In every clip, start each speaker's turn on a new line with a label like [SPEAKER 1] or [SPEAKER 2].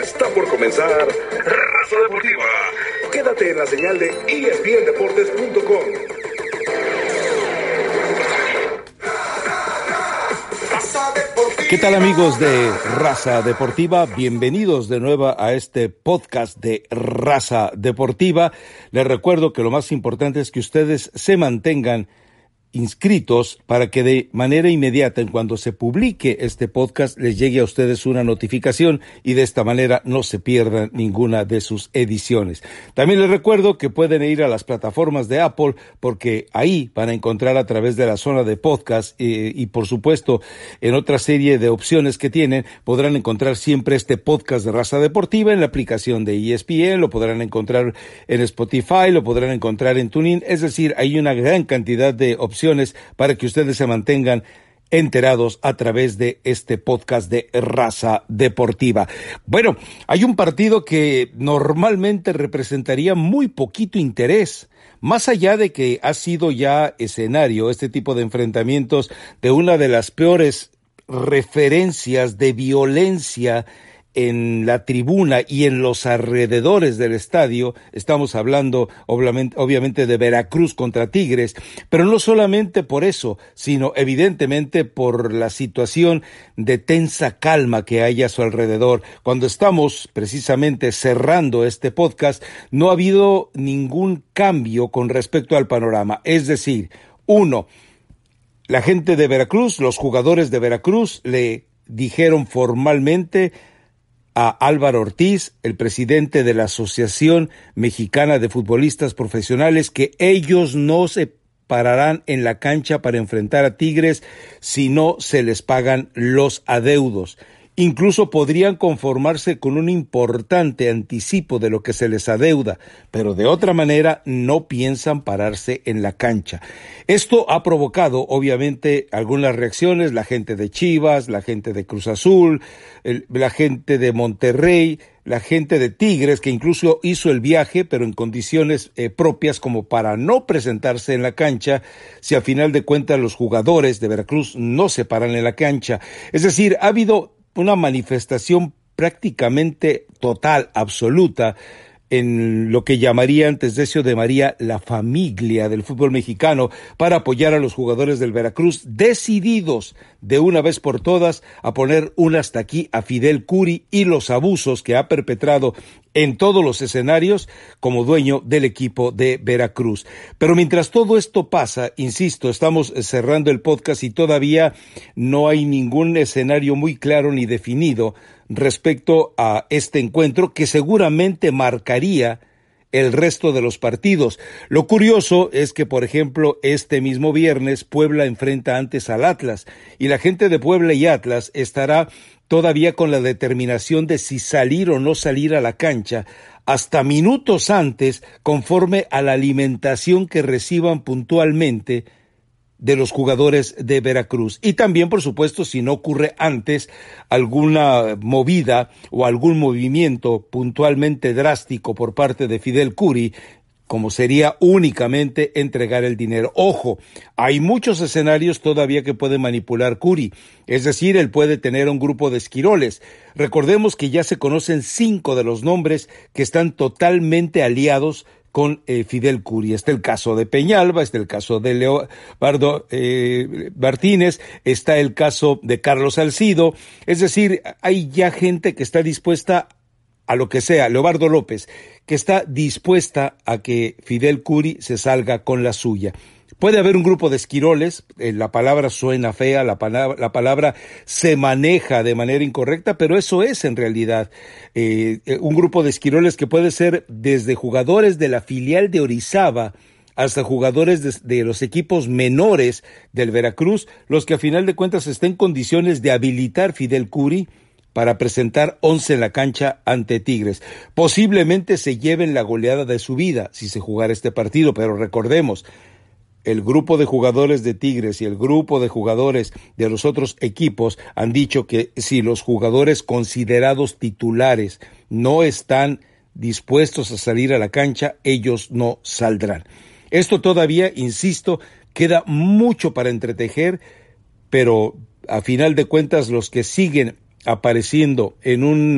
[SPEAKER 1] Está por comenzar Raza Deportiva. Quédate en la señal de ESPNdeportes.com.
[SPEAKER 2] ¿Qué tal, amigos de Raza Deportiva? Bienvenidos de nuevo a este podcast de Raza Deportiva. Les recuerdo que lo más importante es que ustedes se mantengan inscritos para que de manera inmediata, en cuando se publique este podcast, les llegue a ustedes una notificación y de esta manera no se pierdan ninguna de sus ediciones. También les recuerdo que pueden ir a las plataformas de Apple, porque ahí van a encontrar a través de la zona de podcast y por supuesto en otra serie de opciones que tienen, podrán encontrar siempre este podcast de Raza Deportiva en la aplicación de ESPN, lo podrán encontrar en Spotify, lo podrán encontrar en TuneIn, es decir, hay una gran cantidad de opciones para que ustedes se mantengan enterados a través de este podcast de Raza Deportiva. Bueno, hay un partido que normalmente representaría muy poquito interés, más allá de que ha sido ya escenario este tipo de enfrentamientos de una de las peores referencias de violencia en la tribuna y en los alrededores del estadio. Estamos hablando obviamente de Veracruz contra Tigres, pero no solamente por eso, sino evidentemente por la situación de tensa calma que hay a su alrededor. Cuando estamos precisamente cerrando este podcast, no ha habido ningún cambio con respecto al panorama. Es decir, la gente de Veracruz, los jugadores de Veracruz le dijeron formalmente a Álvaro Ortiz, el presidente de la Asociación Mexicana de Futbolistas Profesionales, que ellos no se pararán en la cancha para enfrentar a Tigres si no se les pagan los adeudos. Incluso podrían conformarse con un importante anticipo de lo que se les adeuda, pero de otra manera no piensan pararse en la cancha. Esto ha provocado, obviamente, algunas reacciones, la gente de Chivas, la gente de Cruz Azul, la gente de Monterrey, la gente de Tigres, que incluso hizo el viaje, pero en condiciones propias como para no presentarse en la cancha, si a final de cuentas los jugadores de Veracruz no se paran en la cancha. Es decir, ha habido una manifestación prácticamente total, absoluta, en lo que antes de eso llamaría la familia del fútbol mexicano, para apoyar a los jugadores del Veracruz, decididos de una vez por todas a poner un hasta aquí a Fidel Curi y los abusos que ha perpetrado en todos los escenarios como dueño del equipo de Veracruz. Pero mientras todo esto pasa, insisto, estamos cerrando el podcast y todavía no hay ningún escenario muy claro ni definido respecto a este encuentro que seguramente marcaría el resto de los partidos. Lo curioso es que, por ejemplo, este mismo viernes Puebla enfrenta antes al Atlas y la gente de Puebla y Atlas estará todavía con la determinación de si salir o no salir a la cancha hasta minutos antes, conforme a la alimentación que reciban puntualmente de los jugadores de Veracruz. Y también, por supuesto, si no ocurre antes alguna movida o algún movimiento puntualmente drástico por parte de Fidel Curi, como sería únicamente entregar el dinero. Ojo, hay muchos escenarios todavía que puede manipular Curi, es decir, él puede tener un grupo de esquiroles. Recordemos que ya se conocen 5 de los nombres que están totalmente aliados con Fidel Curi. Está el caso de Peñalba, está el caso de Leobardo Martínez, está el caso de Carlos Salcido, es decir, hay ya gente que está dispuesta a lo que sea, Leobardo López, que está dispuesta a que Fidel Curi se salga con la suya. Puede haber un grupo de esquiroles, la palabra suena fea, la palabra se maneja de manera incorrecta, pero eso es en realidad un grupo de esquiroles que puede ser desde jugadores de la filial de Orizaba hasta jugadores de los equipos menores del Veracruz, los que a final de cuentas estén en condiciones de habilitar Fidel Curi para presentar 11 en la cancha ante Tigres. Posiblemente se lleven la goleada de su vida si se jugara este partido, pero recordemos, el grupo de jugadores de Tigres y el grupo de jugadores de los otros equipos han dicho que si los jugadores considerados titulares no están dispuestos a salir a la cancha, ellos no saldrán. Esto todavía, insisto, queda mucho para entretejer, pero a final de cuentas los que siguen apareciendo en un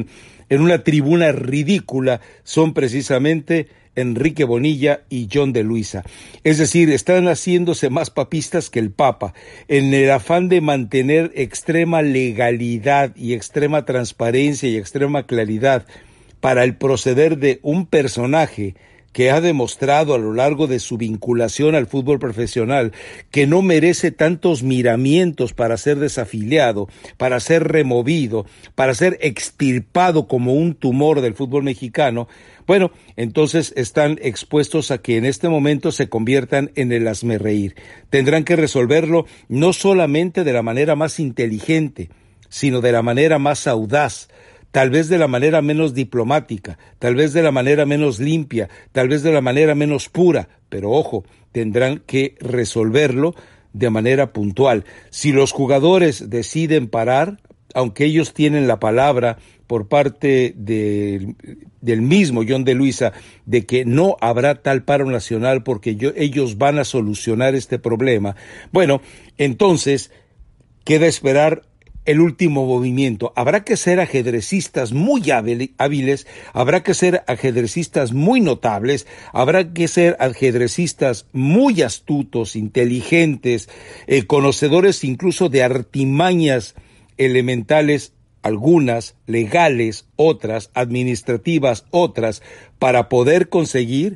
[SPEAKER 2] en una tribuna ridícula son precisamente Enrique Bonilla y John de Luisa. Es decir, están haciéndose más papistas que el Papa, en el afán de mantener extrema legalidad y extrema transparencia y extrema claridad para el proceder de un personaje que ha demostrado a lo largo de su vinculación al fútbol profesional que no merece tantos miramientos para ser desafiliado, para ser removido, para ser extirpado como un tumor del fútbol mexicano. Bueno, entonces están expuestos a que en este momento se conviertan en el hazmerreír. Tendrán que resolverlo no solamente de la manera más inteligente, sino de la manera más audaz, tal vez de la manera menos diplomática, tal vez de la manera menos limpia, tal vez de la manera menos pura, pero ojo, tendrán que resolverlo de manera puntual. Si los jugadores deciden parar, aunque ellos tienen la palabra por parte del mismo John de Luisa de que no habrá tal paro nacional porque ellos van a solucionar este problema, bueno, entonces queda esperar el último movimiento. Habrá que ser ajedrecistas muy hábiles, habrá que ser ajedrecistas muy notables, habrá que ser ajedrecistas muy astutos, inteligentes, conocedores incluso de artimañas elementales, algunas legales, otras administrativas, otras, para poder conseguir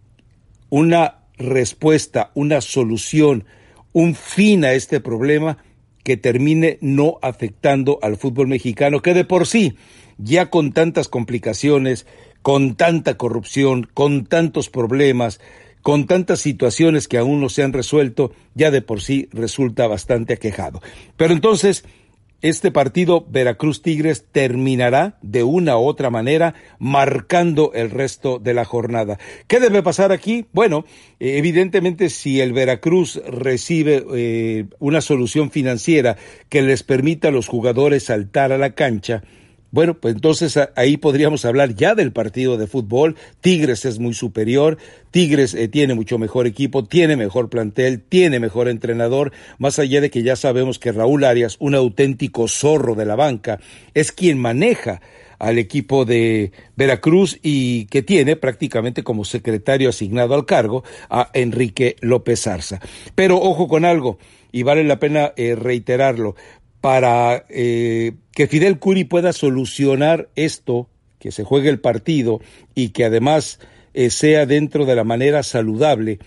[SPEAKER 2] una respuesta, una solución, un fin a este problema que termine no afectando al fútbol mexicano, que de por sí, ya con tantas complicaciones, con tanta corrupción, con tantos problemas, con tantas situaciones que aún no se han resuelto, ya de por sí resulta bastante aquejado. Pero entonces, este partido Veracruz-Tigres terminará de una u otra manera marcando el resto de la jornada. ¿Qué debe pasar aquí? Bueno, evidentemente si el Veracruz recibe una solución financiera que les permita a los jugadores saltar a la cancha, bueno, pues entonces ahí podríamos hablar ya del partido de fútbol. Tigres es muy superior, Tigres tiene mucho mejor equipo, tiene mejor plantel, tiene mejor entrenador, más allá de que ya sabemos que Raúl Arias, un auténtico zorro de la banca, es quien maneja al equipo de Veracruz y que tiene prácticamente como secretario asignado al cargo a Enrique López Zarza. Pero ojo con algo, y vale la pena reiterarlo, para que Fidel Curi pueda solucionar esto, que se juegue el partido y que además sea dentro de la manera saludable.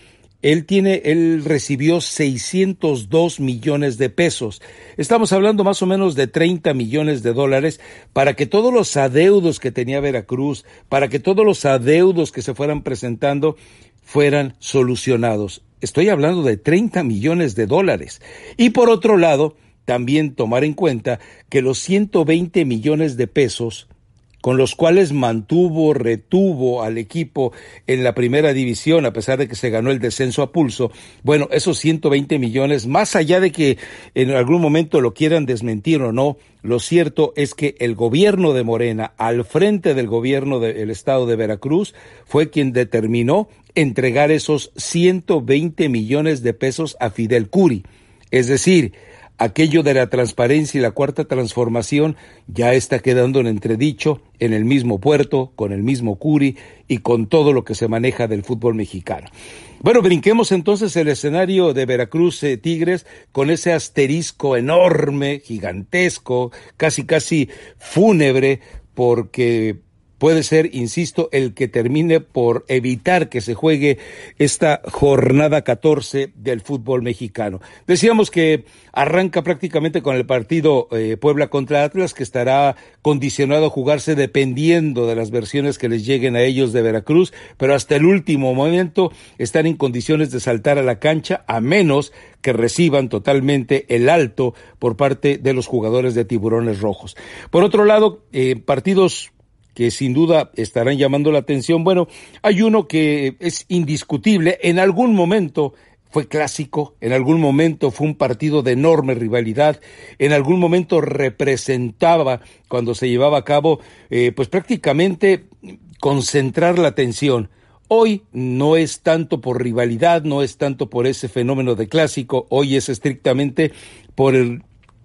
[SPEAKER 2] Él recibió 602 millones de pesos. Estamos hablando más o menos de 30 millones de dólares para que todos los adeudos que tenía Veracruz, para que todos los adeudos que se fueran presentando fueran solucionados. Estoy hablando de 30 millones de dólares. Y por otro lado, también tomar en cuenta que los 120 millones de pesos con los cuales retuvo al equipo en la primera división, a pesar de que se ganó el descenso a pulso, bueno, esos 120 millones, más allá de que en algún momento lo quieran desmentir o no, lo cierto es que el gobierno de Morena, al frente del gobierno del estado de Veracruz, fue quien determinó entregar esos 120 millones de pesos a Fidel Curi. Es decir, aquello de la transparencia y la cuarta transformación ya está quedando en entredicho en el mismo puerto, con el mismo Curi y con todo lo que se maneja del fútbol mexicano. Bueno, brinquemos entonces el escenario de Veracruz Tigres con ese asterisco enorme, gigantesco, casi fúnebre, porque puede ser, insisto, el que termine por evitar que se juegue esta jornada 14 del fútbol mexicano. Decíamos que arranca prácticamente con el partido Puebla contra Atlas, que estará condicionado a jugarse dependiendo de las versiones que les lleguen a ellos de Veracruz, pero hasta el último momento están en condiciones de saltar a la cancha, a menos que reciban totalmente el alto por parte de los jugadores de Tiburones Rojos. Por otro lado, partidos que sin duda estarán llamando la atención. Bueno, hay uno que es indiscutible, en algún momento fue clásico, en algún momento fue un partido de enorme rivalidad, en algún momento representaba, cuando se llevaba a cabo, pues prácticamente concentrar la atención. Hoy no es tanto por rivalidad, no es tanto por ese fenómeno de clásico, hoy es estrictamente por el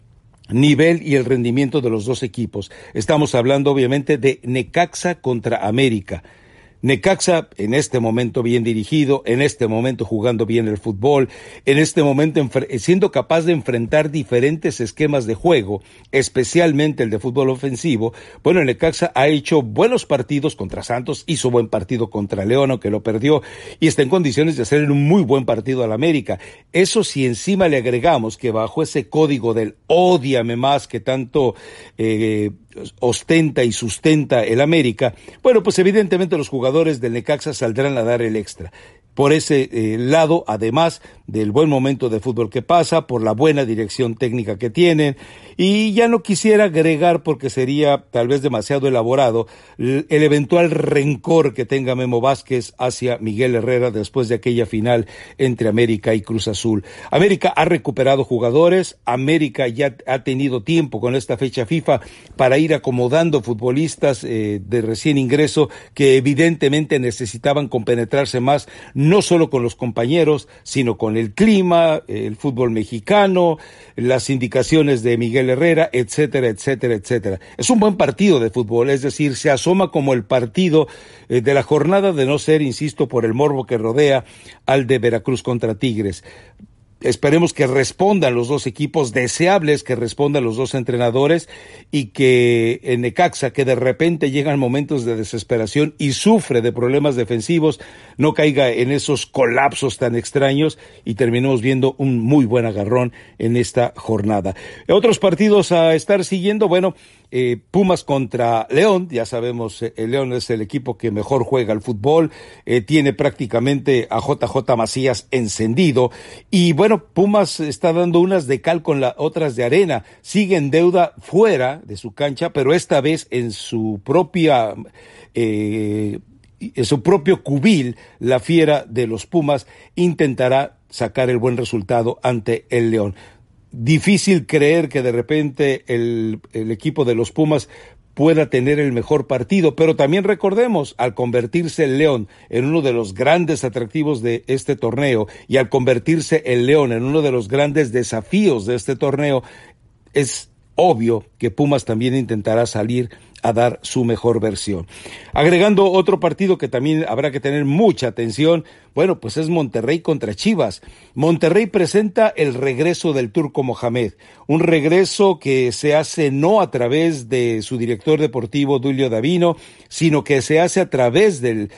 [SPEAKER 2] nivel y el rendimiento de los dos equipos. Estamos hablando obviamente de Necaxa contra América. Necaxa en este momento bien dirigido, en este momento jugando bien el fútbol, en este momento siendo capaz de enfrentar diferentes esquemas de juego, especialmente el de fútbol ofensivo. Bueno, Necaxa ha hecho buenos partidos contra Santos, hizo buen partido contra León, aunque lo perdió, y está en condiciones de hacer un muy buen partido al América. Eso si encima le agregamos que bajo ese código del ódiame más que tanto ostenta y sustenta el América, bueno, pues evidentemente los jugadores del Necaxa saldrán a dar el extra. Por ese lado, además del buen momento de fútbol que pasa, por la buena dirección técnica que tienen, y ya no quisiera agregar, porque sería tal vez demasiado elaborado, el eventual rencor que tenga Memo Vázquez hacia Miguel Herrera después de aquella final entre América y Cruz Azul. América ha recuperado jugadores, América ya ha tenido tiempo con esta fecha FIFA para ir acomodando futbolistas de recién ingreso que evidentemente necesitaban compenetrarse más, no solo con los compañeros, sino con el clima, el fútbol mexicano, las indicaciones de Miguel Herrera, etcétera, etcétera, etcétera. Es un buen partido de fútbol, es decir, se asoma como el partido de la jornada, de no ser, insisto, por el morbo que rodea al de Veracruz contra Tigres. Esperemos que respondan los dos equipos, deseables que respondan los dos entrenadores, y que en Necaxa, que de repente llegan momentos de desesperación y sufre de problemas defensivos, no caiga en esos colapsos tan extraños y terminemos viendo un muy buen agarrón en esta jornada. Otros partidos a estar siguiendo, bueno, Pumas contra León, ya sabemos, el León es el equipo que mejor juega al fútbol, tiene prácticamente a JJ Macías encendido, y bueno, Pumas está dando unas de cal con las otras de arena, sigue en deuda fuera de su cancha, pero esta vez en su propio cubil, la fiera de los Pumas intentará sacar el buen resultado ante el León. Difícil creer que de repente el equipo de los Pumas pueda tener el mejor partido, pero también recordemos, al convertirse el León en uno de los grandes atractivos de este torneo, y al convertirse el León en uno de los grandes desafíos de este torneo, es obvio que Pumas también intentará salir a dar su mejor versión. Agregando otro partido que también habrá que tener mucha atención, bueno, pues es Monterrey contra Chivas. Monterrey presenta el regreso del Turco Mohamed, un regreso que se hace no a través de su director deportivo Duilio Davino, sino que se hace a través del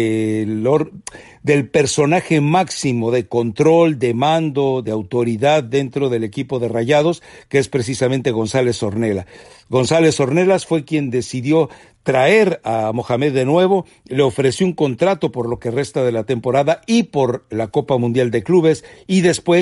[SPEAKER 2] personaje máximo de control, de mando, de autoridad dentro del equipo de Rayados, que es precisamente González Ornelas. González Ornelas fue quien decidió traer a Mohamed de nuevo, le ofreció un contrato por lo que resta de la temporada y por la Copa Mundial de Clubes, y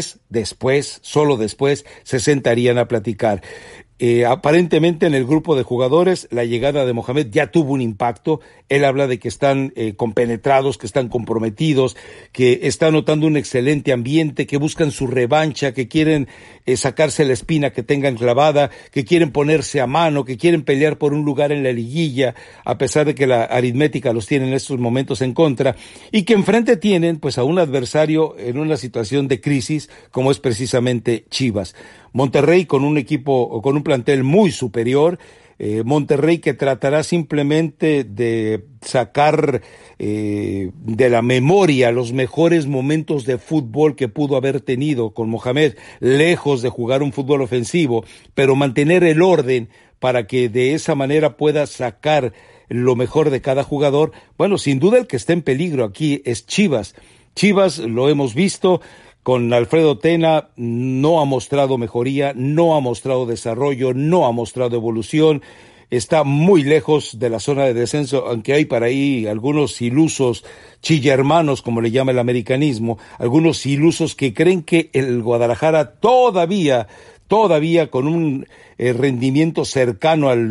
[SPEAKER 2] solo después, se sentarían a platicar. Aparentemente en el grupo de jugadores la llegada de Mohamed ya tuvo un impacto. Él habla de que están compenetrados, que están comprometidos, que están notando un excelente ambiente, que buscan su revancha, que quieren sacarse la espina que tengan clavada, que quieren ponerse a mano, que quieren pelear por un lugar en la liguilla, a pesar de que la aritmética los tiene en estos momentos en contra, y que enfrente tienen pues a un adversario en una situación de crisis como es precisamente Chivas. Monterrey con un equipo, con un plantel muy superior, Monterrey que tratará simplemente de sacar de la memoria los mejores momentos de fútbol que pudo haber tenido con Mohamed, lejos de jugar un fútbol ofensivo, pero mantener el orden para que de esa manera pueda sacar lo mejor de cada jugador. Bueno, sin duda el que está en peligro aquí es Chivas. Chivas, lo hemos visto, con Alfredo Tena no ha mostrado mejoría, no ha mostrado desarrollo, no ha mostrado evolución, está muy lejos de la zona de descenso, aunque hay para ahí algunos ilusos chillermanos, como le llama el americanismo, algunos ilusos que creen que el Guadalajara todavía con un rendimiento cercano al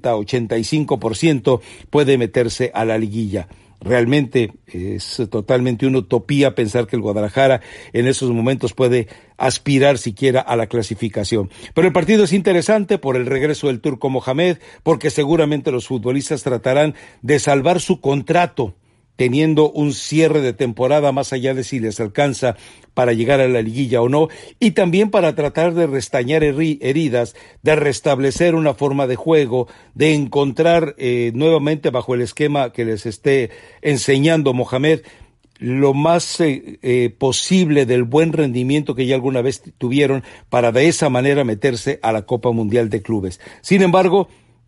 [SPEAKER 2] 90-85% puede meterse a la liguilla. Realmente es totalmente una utopía pensar que el Guadalajara en esos momentos puede aspirar siquiera a la clasificación. Pero el partido es interesante por el regreso del Turco Mohamed, porque seguramente los futbolistas tratarán de salvar su contrato, teniendo un cierre de temporada más allá de si les alcanza para llegar a la liguilla o no, y también para tratar de restañar heridas, de restablecer una forma de juego, de encontrar nuevamente bajo el esquema que les esté enseñando Mohamed, lo más posible del buen rendimiento que ya alguna vez tuvieron para de esa manera meterse a la Copa Mundial de Clubes. Sin embargo,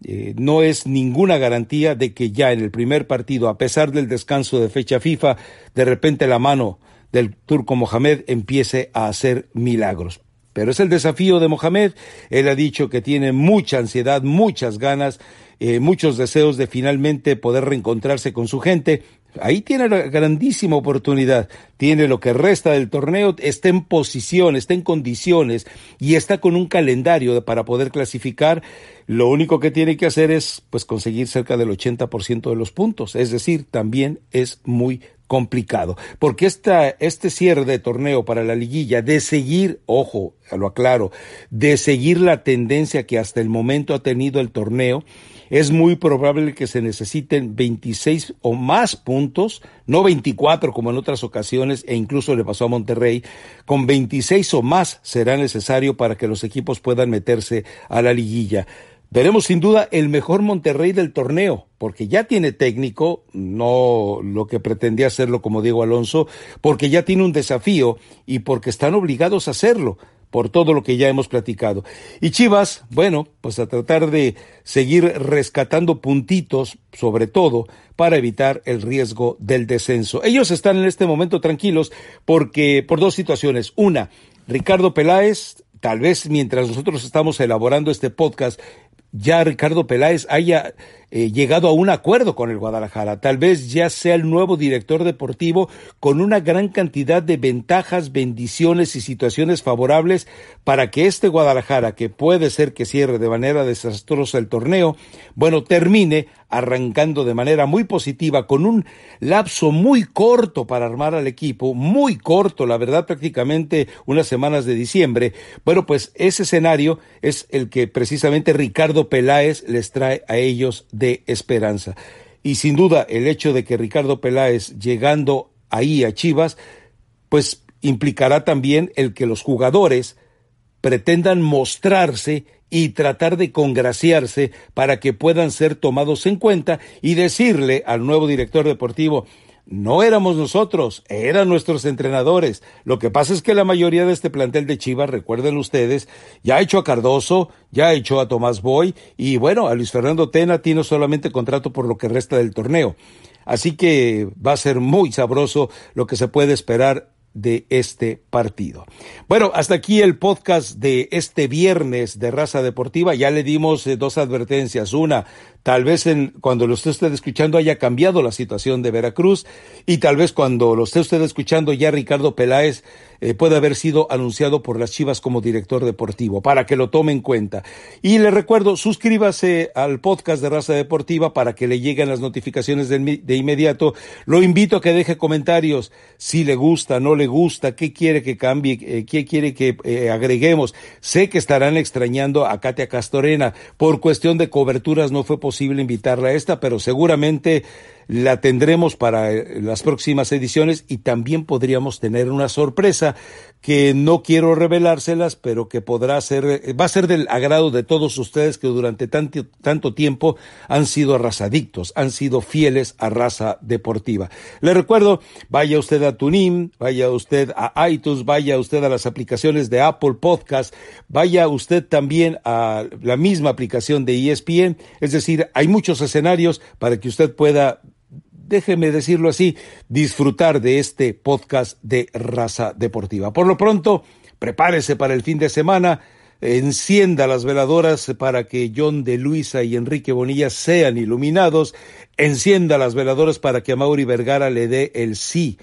[SPEAKER 2] no es ninguna garantía de que ya en el primer partido, a pesar del descanso de fecha FIFA, de repente la mano del turco Mohamed empiece a hacer milagros. Pero es el desafío de Mohamed. Él ha dicho que tiene mucha ansiedad, muchas ganas, muchos deseos de finalmente poder reencontrarse con su gente. Ahí tiene la grandísima oportunidad, tiene lo que resta del torneo, está en posición, está en condiciones y está con un calendario para poder clasificar. Lo único que tiene que hacer es pues conseguir cerca del 80% de los puntos, es decir, también es muy complicado, porque este cierre de torneo para la liguilla, de seguir, ojo, lo aclaro, de seguir la tendencia que hasta el momento ha tenido el torneo, es muy probable que se necesiten 26 o más puntos, no 24 como en otras ocasiones, e incluso le pasó a Monterrey, con 26 o más será necesario para que los equipos puedan meterse a la liguilla. Veremos sin duda el mejor Monterrey del torneo, porque ya tiene técnico, no lo que pretendía hacerlo como Diego Alonso, porque ya tiene un desafío y porque están obligados a hacerlo, por todo lo que ya hemos platicado. Y Chivas, bueno, pues a tratar de seguir rescatando puntitos, sobre todo, para evitar el riesgo del descenso. Ellos están en este momento tranquilos porque por dos situaciones. Una, Ricardo Peláez, tal vez mientras nosotros estamos elaborando este podcast, ya Ricardo Peláez haya llegado a un acuerdo con el Guadalajara, tal vez ya sea el nuevo director deportivo con una gran cantidad de ventajas, bendiciones y situaciones favorables para que este Guadalajara, que puede ser que cierre de manera desastrosa el torneo, bueno, termine arrancando de manera muy positiva con un lapso muy corto para armar al equipo, muy corto, la verdad, prácticamente unas semanas de diciembre. Bueno, pues ese escenario es el que precisamente Ricardo Peláez les trae a ellos de esperanza. Y sin duda el hecho de que Ricardo Peláez llegando ahí a Chivas, pues implicará también el que los jugadores pretendan mostrarse y tratar de congraciarse para que puedan ser tomados en cuenta y decirle al nuevo director deportivo: no éramos nosotros, eran nuestros entrenadores. Lo que pasa es que la mayoría de este plantel de Chivas, recuerden ustedes, ya ha hecho a Cardoso, ya ha hecho a Tomás Boy y bueno, a Luis Fernando Tena tiene solamente contrato por lo que resta del torneo. Así que va a ser muy sabroso lo que se puede esperar de este partido. Bueno, hasta aquí el podcast de este viernes de Raza Deportiva. Ya le dimos dos advertencias. Una, tal vez cuando lo esté usted escuchando haya cambiado la situación de Veracruz y tal vez cuando lo esté usted escuchando ya Ricardo Peláez puede haber sido anunciado por las Chivas como director deportivo, para que lo tome en cuenta. Y le recuerdo, suscríbase al podcast de Raza Deportiva para que le lleguen las notificaciones de inmediato. Lo invito a que deje comentarios, si le gusta, no le gusta, qué quiere que cambie, qué quiere que agreguemos. Sé que estarán extrañando a Katia Castorena, por cuestión de coberturas no fue posible invitarla a esta, pero seguramente la tendremos para las próximas ediciones y también podríamos tener una sorpresa que no quiero revelárselas, pero que va a ser del agrado de todos ustedes que durante tanto tiempo han sido arrasadictos, han sido fieles a Raza Deportiva. Le recuerdo, vaya usted a TuneIn, vaya usted a iTunes, vaya usted a las aplicaciones de Apple Podcast, vaya usted también a la misma aplicación de ESPN, es decir, hay muchos escenarios para que usted pueda, déjeme decirlo así, disfrutar de este podcast de Raza Deportiva. Por lo pronto, prepárese para el fin de semana, encienda las veladoras para que John de Luisa y Enrique Bonilla sean iluminados, encienda las veladoras para que Amaury Vergara le dé el sí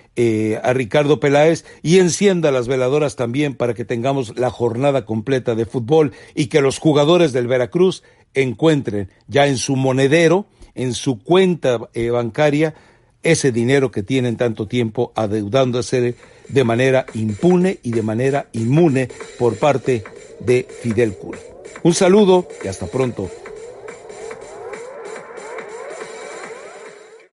[SPEAKER 2] a Ricardo Peláez y encienda las veladoras también para que tengamos la jornada completa de fútbol y que los jugadores del Veracruz encuentren ya en su monedero, en su cuenta bancaria, ese dinero que tienen tanto tiempo adeudándose de manera impune y de manera inmune por parte de Fidel Curi. Un saludo y hasta pronto.